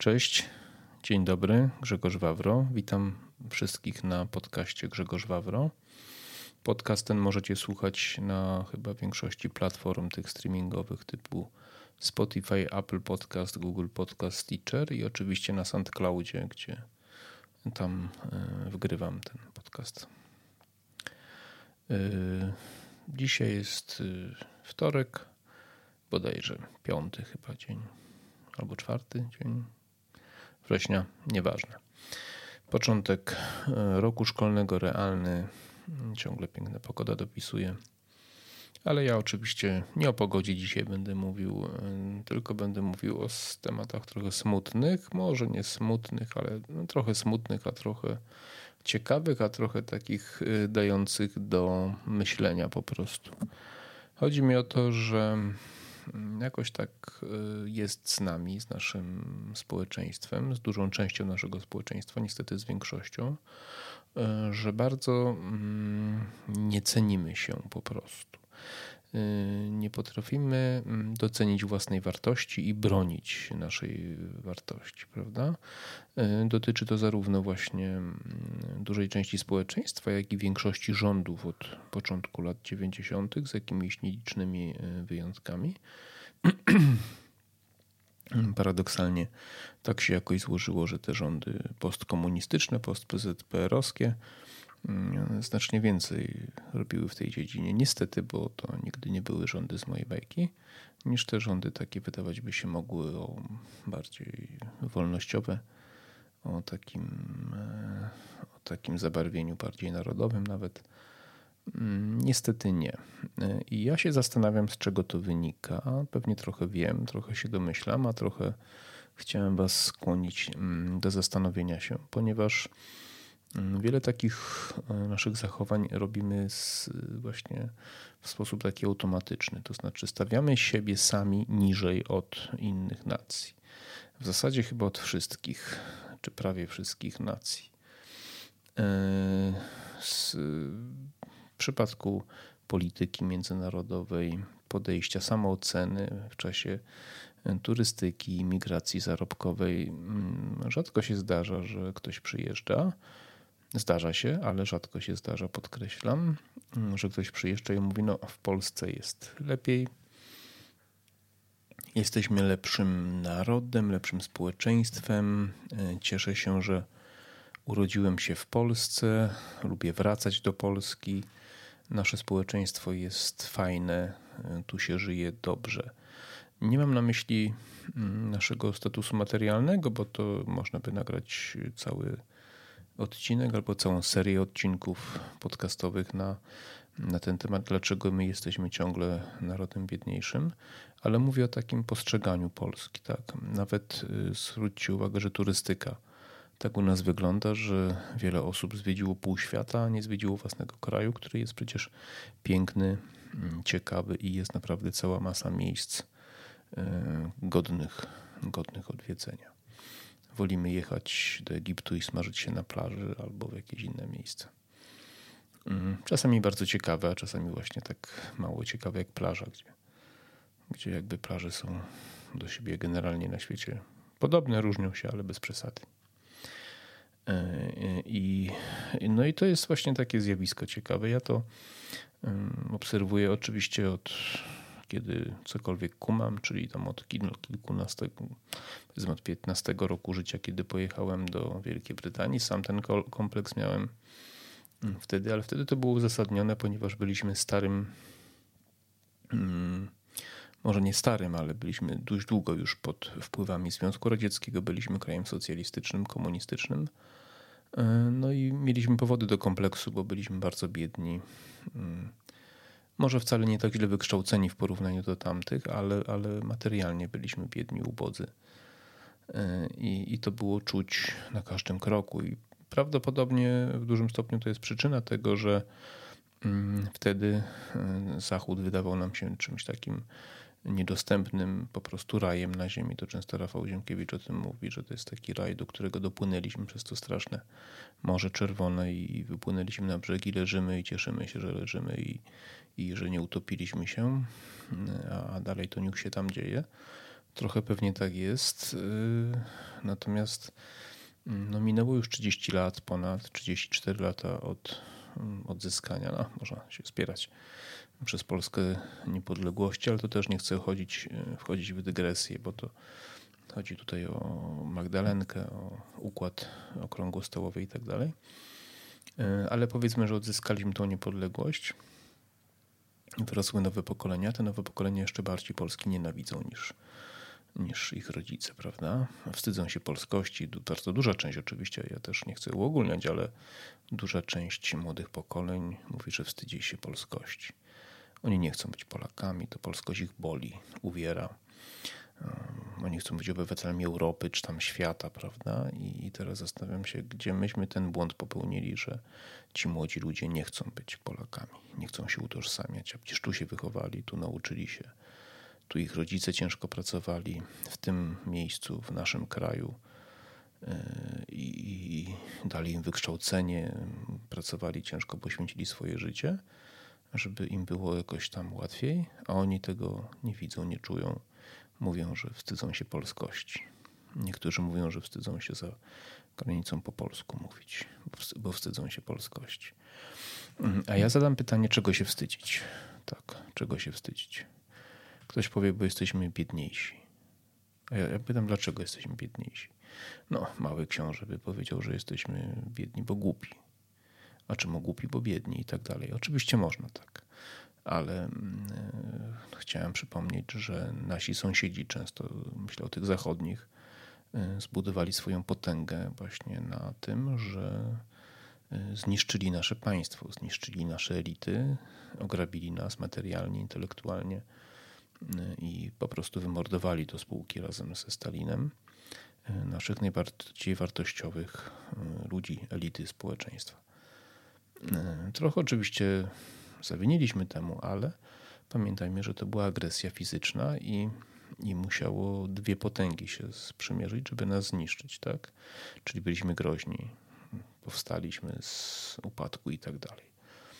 Cześć, dzień dobry, Grzegorz Wawro. Witam wszystkich na podcaście Grzegorz Wawro. Podcast ten możecie słuchać na chyba większości platform tych streamingowych typu Spotify, Apple Podcast, Google Podcast, Stitcher i oczywiście na SoundCloudzie, gdzie tam wgrywam ten podcast. Dzisiaj jest wtorek, bodajże 5 chyba dzień, albo 4 dzień września, nieważne. Początek roku szkolnego realny, ciągle piękna pogoda dopisuje, ale ja oczywiście nie o pogodzie dzisiaj będę mówił, tylko będę mówił o tematach trochę smutnych, może nie smutnych, ale trochę smutnych, a trochę ciekawych, a trochę takich dających do myślenia po prostu. Chodzi mi o to, że jakoś tak jest z nami, z naszym społeczeństwem, z dużą częścią naszego społeczeństwa, niestety z większością, że bardzo nie cenimy się po prostu. Nie potrafimy docenić własnej wartości i bronić naszej wartości, prawda? Dotyczy to zarówno właśnie dużej części społeczeństwa, jak i większości rządów od początku lat 90. z jakimiś nielicznymi wyjątkami. Paradoksalnie tak się jakoś złożyło, że te rządy postkomunistyczne, post-PZPR-owskie znacznie więcej robiły w tej dziedzinie. Niestety, bo to nigdy nie były rządy z mojej bajki, niż te rządy takie wydawać by się mogły o bardziej wolnościowe, o takim zabarwieniu bardziej narodowym nawet. Niestety nie. I ja się zastanawiam, z czego to wynika. Pewnie trochę wiem, trochę się domyślam, a trochę chciałem was skłonić do zastanowienia się, ponieważ wiele takich naszych zachowań robimy właśnie w sposób taki automatyczny. To znaczy stawiamy siebie sami niżej od innych nacji. W zasadzie chyba od wszystkich, czy prawie wszystkich nacji. W przypadku polityki międzynarodowej, podejścia, samooceny w czasie turystyki, migracji zarobkowej, rzadko się zdarza, że ktoś przyjeżdża. Zdarza się, ale rzadko się zdarza, podkreślam, że ktoś przyjeżdża i mówi, no w Polsce jest lepiej, jesteśmy lepszym narodem, lepszym społeczeństwem, cieszę się, że urodziłem się w Polsce, lubię wracać do Polski, nasze społeczeństwo jest fajne, tu się żyje dobrze. Nie mam na myśli naszego statusu materialnego, bo to można by nagrać cały odcinek albo całą serię odcinków podcastowych na ten temat, dlaczego my jesteśmy ciągle narodem biedniejszym, ale mówię o takim postrzeganiu Polski. Tak? Nawet zwróćcie uwagę, że turystyka tak u nas wygląda, że wiele osób zwiedziło pół świata, a nie zwiedziło własnego kraju, który jest przecież piękny, ciekawy i jest naprawdę cała masa miejsc godnych odwiedzenia. Wolimy jechać do Egiptu i smażyć się na plaży albo w jakieś inne miejsce. Czasami bardzo ciekawe, a czasami właśnie tak mało ciekawe jak plaża, gdzie jakby plaże są do siebie generalnie na świecie podobne, różnią się, ale bez przesady. No i to jest właśnie takie zjawisko ciekawe. Ja to obserwuję oczywiście od kiedy cokolwiek kumam, czyli tam od kilkunastego, powiedzmy od 15 roku życia, kiedy pojechałem do Wielkiej Brytanii. Sam ten kompleks miałem wtedy, ale wtedy to było uzasadnione, ponieważ byliśmy starym, może nie starym, ale byliśmy dość długo już pod wpływami Związku Radzieckiego, byliśmy krajem socjalistycznym, komunistycznym. No i mieliśmy powody do kompleksu, bo byliśmy bardzo biedni. Może wcale nie tak źle wykształceni w porównaniu do tamtych, ale materialnie byliśmy biedni, ubodzy. I to było czuć na każdym kroku. I prawdopodobnie w dużym stopniu to jest przyczyna tego, że wtedy Zachód wydawał nam się czymś takim niedostępnym, po prostu rajem na ziemi. To często Rafał Ziemkiewicz o tym mówi, że to jest taki raj, do którego dopłynęliśmy przez to straszne Morze Czerwone i wypłynęliśmy na brzeg i leżymy i cieszymy się, że leżymy i że nie utopiliśmy się, a dalej to niuch się tam dzieje. trochę pewnie tak jest. Natomiast minęło już 30 lat, ponad 34 lata od odzyskania. No, można się spierać przez Polskę niepodległości, ale to też nie chcę wchodzić w dygresję, bo to chodzi tutaj o Magdalenkę, o układ okrągłostołowy i tak dalej. Ale powiedzmy, że odzyskaliśmy tą niepodległość. Wyrosły nowe pokolenia. Te nowe pokolenia jeszcze bardziej Polski nienawidzą niż ich rodzice, prawda? Wstydzą się polskości. Bardzo duża część oczywiście, ja też nie chcę uogólniać, ale duża część młodych pokoleń mówi, że wstydzi się polskości. Oni nie chcą być Polakami, to polskość ich boli, uwiera. Oni chcą być obywatelami Europy czy tam świata, prawda? I teraz zastanawiam się, gdzie myśmy ten błąd popełnili, że ci młodzi ludzie nie chcą być Polakami, nie chcą się utożsamiać, a przecież tu się wychowali, tu nauczyli się, tu ich rodzice ciężko pracowali, w tym miejscu, w naszym kraju i dali im wykształcenie, pracowali ciężko, poświęcili swoje życie, żeby im było jakoś tam łatwiej, a oni tego nie widzą, nie czują. Mówią, że wstydzą się polskości. Niektórzy mówią, że wstydzą się za granicą po polsku mówić, bo wstydzą się polskości. A ja zadam pytanie, czego się wstydzić? Tak, czego się wstydzić? Ktoś powie, bo jesteśmy biedniejsi. A ja pytam, dlaczego jesteśmy biedniejsi? No, mały książę by powiedział, że jesteśmy biedni, bo głupi. A czemu głupi, bo biedni i tak dalej. Oczywiście można tak. Ale chciałem przypomnieć, że nasi sąsiedzi, często myślę o tych zachodnich, zbudowali swoją potęgę właśnie na tym, że zniszczyli nasze państwo, zniszczyli nasze elity, ograbili nas materialnie, intelektualnie i po prostu wymordowali do spółki razem ze Stalinem naszych najbardziej wartościowych ludzi, elity społeczeństwa. Trochę oczywiście zawiniliśmy temu, ale pamiętajmy, że to była agresja fizyczna i musiało dwie potęgi się sprzymierzyć, żeby nas zniszczyć, tak? Czyli byliśmy groźni, powstaliśmy z upadku i tak dalej.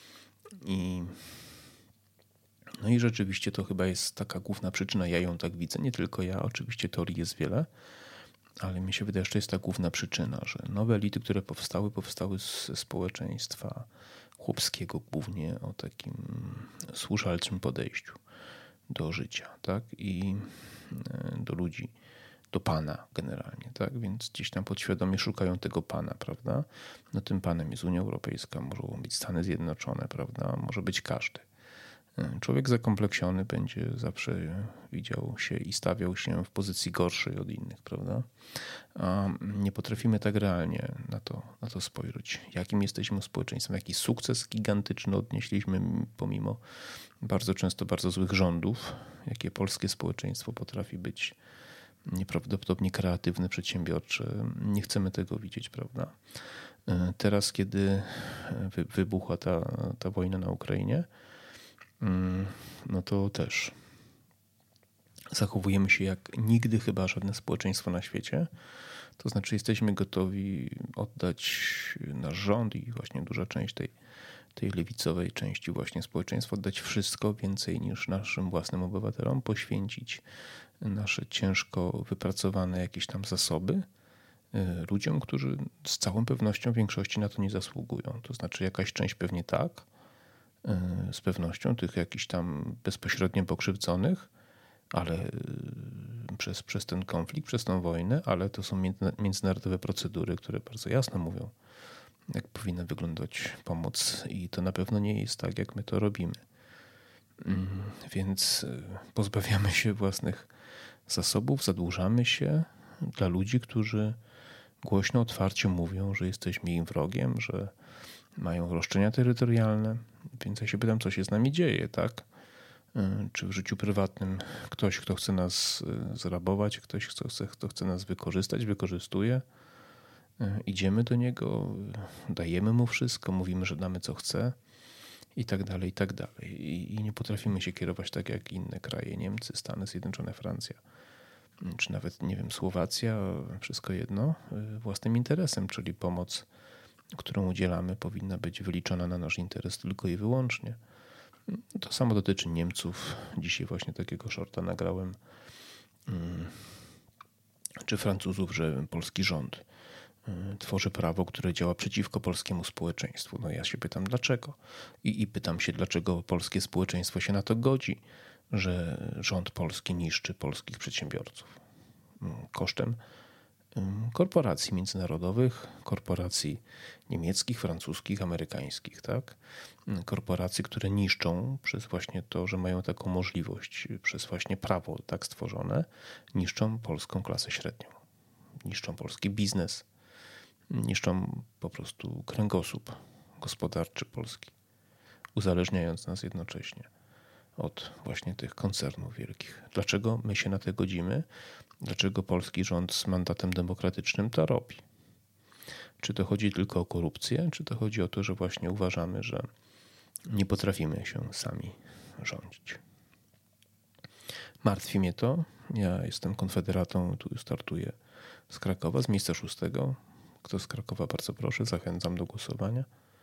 No i rzeczywiście to chyba jest taka główna przyczyna, ja ją tak widzę, nie tylko ja, oczywiście teorii jest wiele, ale mi się wydaje, że to jest ta główna przyczyna, że nowe elity, które powstały z społeczeństwa chłopskiego głównie o takim służalczym podejściu do życia, tak? I do ludzi, do Pana generalnie, tak? Więc gdzieś tam podświadomie szukają tego Pana, prawda? No tym Panem jest Unia Europejska, mogą być Stany Zjednoczone, prawda? Może być każdy. Człowiek zakompleksiony będzie zawsze widział się i stawiał się w pozycji gorszej od innych, prawda? A nie potrafimy tak realnie na to spojrzeć. Jakim jesteśmy społeczeństwem, jaki sukces gigantyczny odnieśliśmy pomimo bardzo często bardzo złych rządów, jakie polskie społeczeństwo potrafi być nieprawdopodobnie kreatywne, przedsiębiorcze. Nie chcemy tego widzieć, prawda? Teraz, kiedy wybuchła ta wojna na Ukrainie, no to też zachowujemy się jak nigdy chyba żadne społeczeństwo na świecie. To znaczy jesteśmy gotowi oddać nasz rząd i właśnie duża część tej lewicowej części właśnie społeczeństwa, oddać wszystko więcej niż naszym własnym obywatelom, poświęcić nasze ciężko wypracowane jakieś tam zasoby ludziom, którzy z całą pewnością w większości na to nie zasługują. To znaczy jakaś część pewnie tak, z pewnością tych jakichś tam bezpośrednio pokrzywdzonych, ale przez ten konflikt, przez tą wojnę, ale to są międzynarodowe procedury, które bardzo jasno mówią, jak powinna wyglądać pomoc i to na pewno nie jest tak, jak my to robimy. Więc pozbawiamy się własnych zasobów, zadłużamy się dla ludzi, którzy głośno, otwarcie mówią, że jesteśmy im wrogiem, że mają roszczenia terytorialne, więc ja się pytam, co się z nami dzieje, tak? Czy w życiu prywatnym ktoś, kto chce nas zrabować, ktoś, kto chce nas wykorzystać, wykorzystuje. Idziemy do niego, dajemy mu wszystko, mówimy, że damy co chce i tak dalej, i tak dalej. I nie potrafimy się kierować tak jak inne kraje, Niemcy, Stany Zjednoczone, Francja, czy nawet, nie wiem, Słowacja, wszystko jedno, własnym interesem, czyli pomoc, którą udzielamy, powinna być wyliczona na nasz interes tylko i wyłącznie. To samo dotyczy Niemców. Dzisiaj właśnie takiego shorta nagrałem czy Francuzów, że polski rząd tworzy prawo, które działa przeciwko polskiemu społeczeństwu. No ja się pytam dlaczego i pytam się, dlaczego polskie społeczeństwo się na to godzi, że rząd polski niszczy polskich przedsiębiorców kosztem korporacji międzynarodowych, korporacji niemieckich, francuskich, amerykańskich, tak? Korporacje, które niszczą przez właśnie to, że mają taką możliwość, przez właśnie prawo tak stworzone, niszczą polską klasę średnią, niszczą polski biznes, niszczą po prostu kręgosłup gospodarczy Polski, uzależniając nas jednocześnie od właśnie tych koncernów wielkich. Dlaczego my się na to godzimy? Dlaczego polski rząd z mandatem demokratycznym to robi? Czy to chodzi tylko o korupcję, czy to chodzi o to, że właśnie uważamy, że nie potrafimy się sami rządzić? Martwi mnie to. Ja jestem konfederatą, tu startuję z Krakowa, z miejsca 6. Kto z Krakowa, bardzo proszę, zachęcam do głosowania.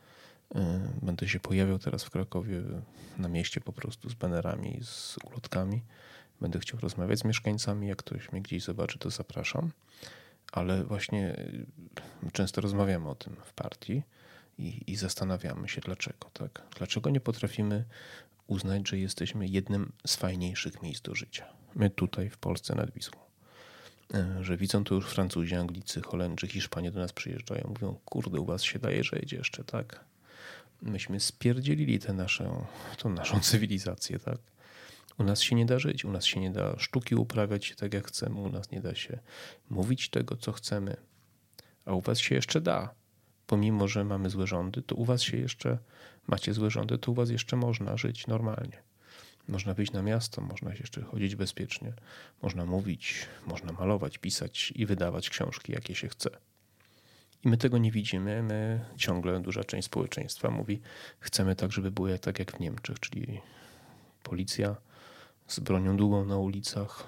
Będę się pojawiał teraz w Krakowie na mieście po prostu z banerami, z ulotkami. Będę chciał rozmawiać z mieszkańcami. Jak ktoś mnie gdzieś zobaczy, to zapraszam. Ale właśnie często rozmawiamy o tym w partii i zastanawiamy się dlaczego. Tak? Dlaczego nie potrafimy uznać, że jesteśmy jednym z fajniejszych miejsc do życia. My tutaj w Polsce nad Wisłą. Że widzą to już Francuzi, Anglicy, Holendrzy, Hiszpanie do nas przyjeżdżają. Mówią, kurde, u was się daje, że jedzie jeszcze, tak? Myśmy spierdzielili tą naszą cywilizację, tak? U nas się nie da żyć, u nas się nie da sztuki uprawiać tak jak chcemy, u nas nie da się mówić tego, co chcemy, a u was się jeszcze da. Pomimo, że mamy złe rządy, to u was się jeszcze, macie złe rządy, to u was jeszcze można żyć normalnie. Można wyjść na miasto, można jeszcze chodzić bezpiecznie, można mówić, można malować, pisać i wydawać książki, jakie się chce. I my tego nie widzimy. My ciągle, duża część społeczeństwa mówi, chcemy tak, żeby było tak jak w Niemczech, czyli policja z bronią długą na ulicach,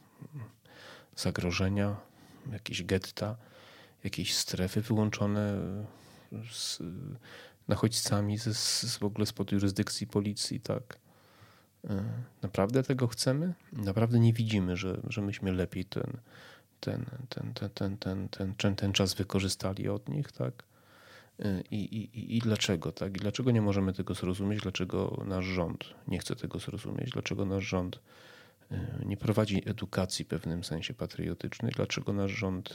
zagrożenia, jakieś getta, jakieś strefy wyłączone z nachodźcami w ogóle spod jurysdykcji policji, tak. Naprawdę tego chcemy? Naprawdę nie widzimy, że myśmy lepiej ten czas wykorzystali od nich, tak? I dlaczego, tak? I dlaczego nie możemy tego zrozumieć? Dlaczego nasz rząd nie chce tego zrozumieć? Dlaczego nasz rząd nie prowadzi edukacji w pewnym sensie patriotycznej? Dlaczego nasz rząd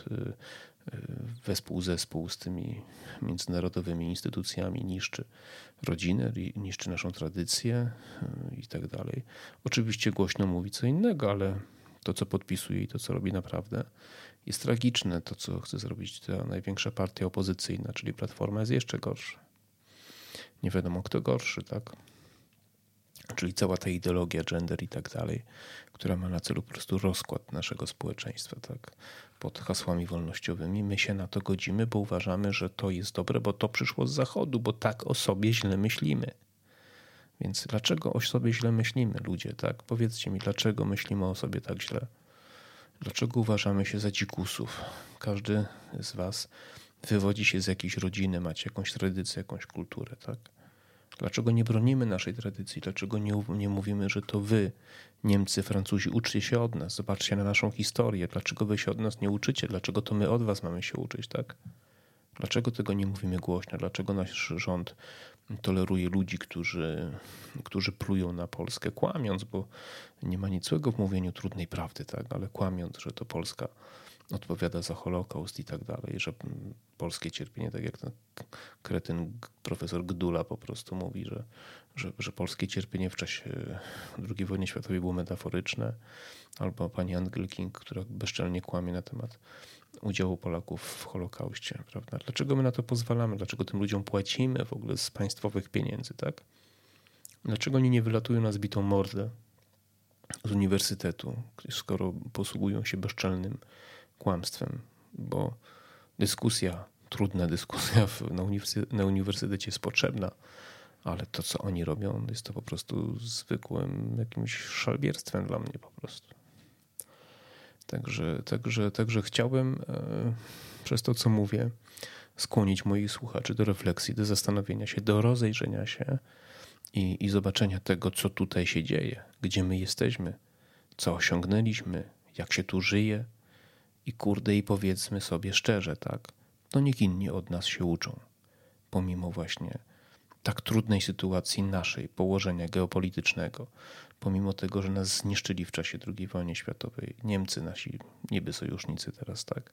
zespół z tymi międzynarodowymi instytucjami niszczy rodzinę, niszczy naszą tradycję i tak dalej? Oczywiście głośno mówi co innego, ale to, co podpisuje i to, co robi naprawdę, jest tragiczne. To, co chce zrobić ta największa partia opozycyjna, czyli Platforma, jest jeszcze gorsze. Nie wiadomo, kto gorszy, tak? Czyli cała ta ideologia, gender i tak dalej, która ma na celu po prostu rozkład naszego społeczeństwa, tak? Pod hasłami wolnościowymi. My się na to godzimy, bo uważamy, że to jest dobre, bo to przyszło z Zachodu, bo tak o sobie źle myślimy. Więc dlaczego o sobie źle myślimy, ludzie, tak? Powiedzcie mi, dlaczego myślimy o sobie tak źle? Dlaczego uważamy się za dzikusów? Każdy z was wywodzi się z jakiejś rodziny, macie jakąś tradycję, jakąś kulturę, tak? Dlaczego nie bronimy naszej tradycji? Dlaczego nie mówimy, że to wy, Niemcy, Francuzi, uczcie się od nas, zobaczcie na naszą historię. Dlaczego wy się od nas nie uczycie? Dlaczego to my od was mamy się uczyć, tak? Dlaczego tego nie mówimy głośno? Dlaczego nasz rząd toleruje ludzi, którzy plują na Polskę, kłamiąc, bo nie ma nic złego w mówieniu trudnej prawdy, tak? Ale kłamiąc, że to Polska odpowiada za Holokaust i tak dalej, że polskie cierpienie, tak jak ten kretyn profesor Gdula po prostu mówi, że polskie cierpienie w czasie II wojny światowej było metaforyczne, albo pani Angel King, która bezczelnie kłamie na temat udziału Polaków w Holokauście, prawda? Dlaczego my na to pozwalamy? Dlaczego tym ludziom płacimy w ogóle z państwowych pieniędzy, tak? Dlaczego oni nie wylatują na zbitą mordę z uniwersytetu, skoro posługują się bezczelnym kłamstwem? Bo trudna dyskusja na uniwersytecie jest potrzebna, ale to, co oni robią, jest to po prostu zwykłym jakimś szalbierstwem dla mnie po prostu. Także chciałbym przez to, co mówię, skłonić moich słuchaczy do refleksji, do zastanowienia się, do rozejrzenia się i zobaczenia tego, co tutaj się dzieje, gdzie my jesteśmy, co osiągnęliśmy, jak się tu żyje i i powiedzmy sobie szczerze, tak, no niech inni od nas się uczą, pomimo właśnie tak trudnej sytuacji naszej, położenia geopolitycznego, pomimo tego, że nas zniszczyli w czasie II wojny światowej, Niemcy, nasi niby sojusznicy teraz, tak,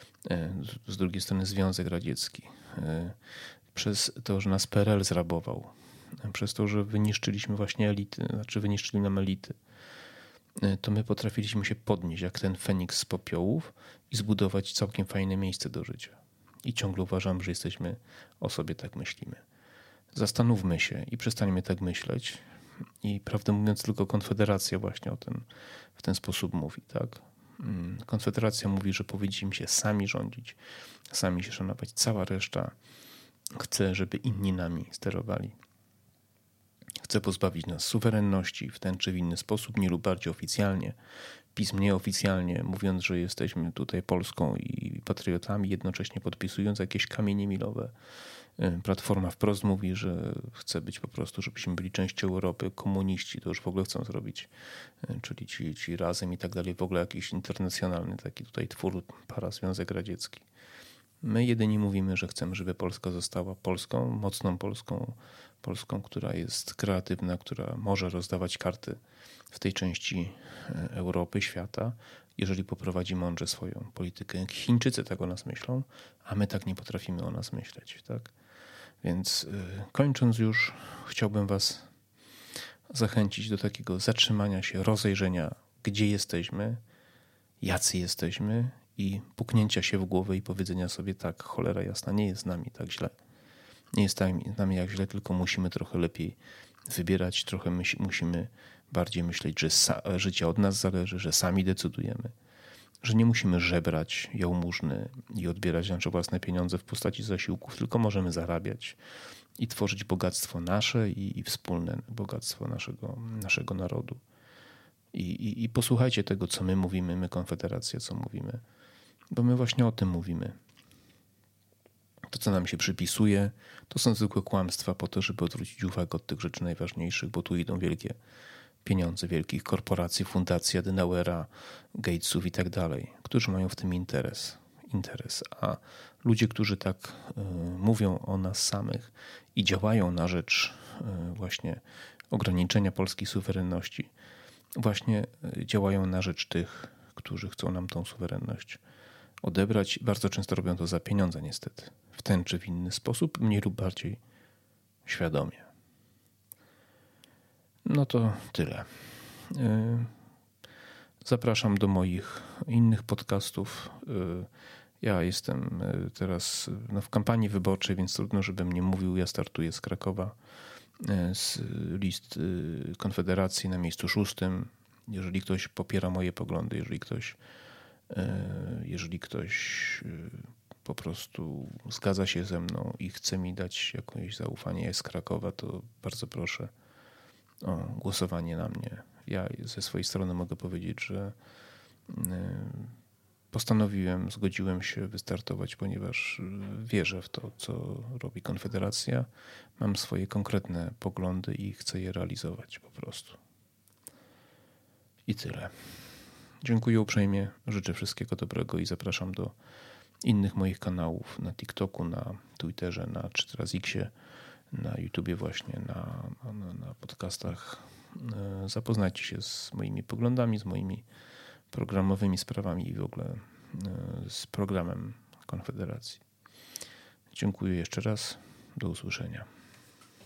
z drugiej strony Związek Radziecki, przez to, że nas PRL zrabował, przez to, że wyniszczyliśmy właśnie elity, znaczy wyniszczyli nam elity, to my potrafiliśmy się podnieść jak ten Feniks z popiołów i zbudować całkiem fajne miejsce do życia. I ciągle uważam, że jesteśmy o sobie tak myślimy. Zastanówmy się i przestańmy tak myśleć. I prawdę mówiąc, tylko Konfederacja właśnie w ten sposób mówi, tak? Konfederacja mówi, że powinniśmy się sami rządzić, sami się szanować. Cała reszta chce, żeby inni nami sterowali. Chce pozbawić nas suwerenności w ten czy w inny sposób, mniej lub bardziej oficjalnie. PiS nieoficjalnie, mówiąc, że jesteśmy tutaj Polską i patriotami, jednocześnie podpisując jakieś kamienie milowe. Platforma wprost mówi, że chce być po prostu, żebyśmy byli częścią Europy. Komuniści to już w ogóle chcą zrobić, czyli ci Razem i tak dalej. W ogóle jakiś internacjonalny taki tutaj twór, Związek Radziecki. My jedynie mówimy, że chcemy, żeby Polska została Polską, mocną Polską, która jest kreatywna, która może rozdawać karty w tej części Europy, świata, jeżeli poprowadzi mądrze swoją politykę. Chińczycy tak o nas myślą, a my tak nie potrafimy o nas myśleć. Tak? Więc kończąc już, chciałbym was zachęcić do takiego zatrzymania się, rozejrzenia, gdzie jesteśmy, jacy jesteśmy i puknięcia się w głowę i powiedzenia sobie tak, cholera jasna, nie jest z nami tak źle. Nie jest z nami jak źle, tylko musimy trochę lepiej wybierać, trochę musimy bardziej myśleć, że życie od nas zależy, że sami decydujemy, że nie musimy żebrać jałmużny i odbierać nasze własne pieniądze w postaci zasiłków, tylko możemy zarabiać i tworzyć bogactwo nasze i wspólne bogactwo naszego narodu. I posłuchajcie tego, co my mówimy, my Konfederacja, co mówimy, bo my właśnie o tym mówimy. To, co nam się przypisuje, to są zwykłe kłamstwa po to, żeby odwrócić uwagę od tych rzeczy najważniejszych, bo tu idą wielkie pieniądze wielkich korporacji, fundacji Adenauera, Gatesów i tak dalej, którzy mają w tym interes. A ludzie, którzy tak mówią o nas samych i działają na rzecz właśnie ograniczenia polskiej suwerenności, właśnie działają na rzecz tych, którzy chcą nam tą suwerenność odebrać. Bardzo często robią to za pieniądze niestety. W ten czy w inny sposób, mniej lub bardziej świadomie. No to tyle. Zapraszam do moich innych podcastów. Ja jestem teraz w kampanii wyborczej, więc trudno, żebym nie mówił. Ja startuję z Krakowa, z list Konfederacji na miejscu 6. Jeżeli ktoś popiera moje poglądy, jeżeli ktoś po prostu zgadza się ze mną i chce mi dać jakieś zaufanie z Krakowa, to bardzo proszę o głosowanie na mnie. Ja ze swojej strony mogę powiedzieć, że zgodziłem się wystartować, ponieważ wierzę w to, co robi Konfederacja. Mam swoje konkretne poglądy i chcę je realizować po prostu. I tyle. Dziękuję uprzejmie, życzę wszystkiego dobrego i zapraszam do innych moich kanałów na TikToku, na Twitterze, na 3xie, na YouTubie właśnie, na podcastach. Zapoznajcie się z moimi poglądami, z moimi programowymi sprawami i w ogóle z programem Konfederacji. Dziękuję jeszcze raz. Do usłyszenia.